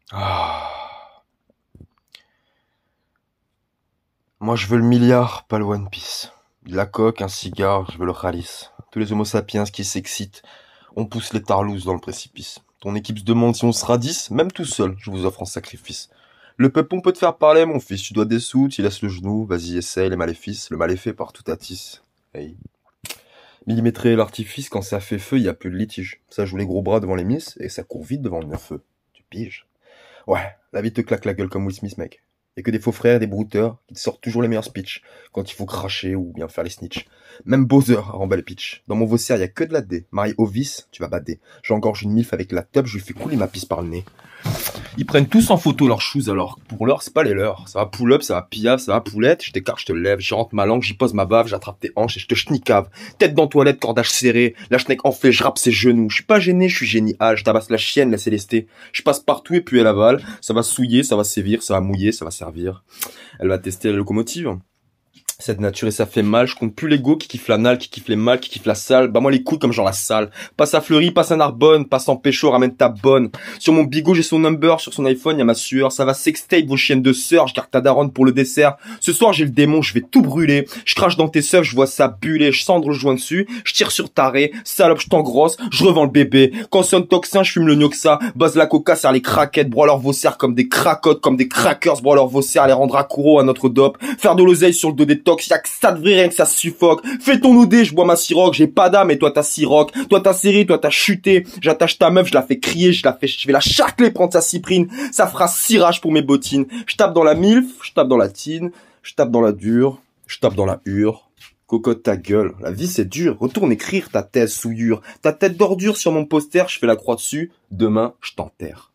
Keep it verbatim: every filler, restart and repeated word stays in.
Ah. Moi, je veux le milliard, pas le One Piece. De la coque, un cigare, je veux le Khalis. Tous les homo sapiens qui s'excitent, on pousse les tarlousses dans le précipice. Ton équipe se demande si on sera dix, même tout seul, je vous offre en sacrifice. Le peuple, on peut te faire parler, mon fils, tu dois des sous, tu laisses le genou, vas-y, essaye les maléfices, le mal est fait par tout à tisse. Hey. Millimétrer l'artifice, quand ça fait feu, y a plus de litige. Ça joue les gros bras devant les miss, et ça court vite devant le neuf-feu. Tu piges. Ouais, la vie te claque la gueule comme Will Smith, mec. Y'a que des faux frères et des brouteurs qui te sortent toujours les meilleurs speeches quand il faut cracher ou bien faire les snitch. Même Bowser a remballe pitch. Dans mon Vaussaire, y a que de la D. Marié au vice, tu vas bader. J'engorge une milf avec la top, je lui fais couler ma pisse par le nez. Ils prennent tous en photo leurs shoes, alors pour l'heure, c'est pas les leurs. Ça va pull-up, ça va piaf, ça va poulette, je t'écarte, je te lève, j'y rentre ma langue, j'y pose ma bave, j'attrape tes hanches et je te schnicave. Tête dans toilette, cordage serré, la schneck enflée, je rappe ses genoux. Je suis pas gêné, je suis génie. Ah, je tabasse la chienne, la célestée. Je passe partout et puis elle avale. Ça va souiller, ça va sévir, ça va mouiller, ça va servir. Elle va tester la locomotive. Cette nature et ça fait mal, je compte plus l'ego qui kiffe la nalle, qui kiffe les mâles, qui kiffe la salle. Bah moi les couilles comme genre la salle. Passe à Fleury, passe à Narbonne, passe en pécho, ramène ta bonne. Sur mon bigot j'ai son number, sur son iPhone y'a ma sueur. Ça va sextape vos chiennes de sœur, je garde ta daronne pour le dessert. Ce soir j'ai le démon, je vais tout brûler. Je crache dans tes seufs, je vois ça buller, je cendre le joint dessus. Je tire sur ta raie, salope je t'engrosse, je revends le bébé. Quand sonne toxin, je fume le Nioxa. Base la coca, serre les craquettes, broie leur vos serres comme des cracottes, comme des crackers, broie leur vos serres, les rendre accro à notre dope. Faire de l'oseille sur le dos des tox, y'a que ça de vrai, rien que ça suffoque. Fais ton O D, je bois ma siroc, j'ai pas d'âme et toi t'as siroc. Toi t'as serré, toi t'as chuté. J'attache ta meuf, je la fais crier, je la fais, je vais la charcler, prendre sa cyprine. Ça fera cirage pour mes bottines. Je tape dans la milf, je tape dans la tine, je tape dans la dure, je tape dans la hure. Cocotte ta gueule, la vie c'est dur. Retourne écrire ta thèse souillure. Ta tête d'ordure sur mon poster, je fais la croix dessus. Demain, je t'enterre.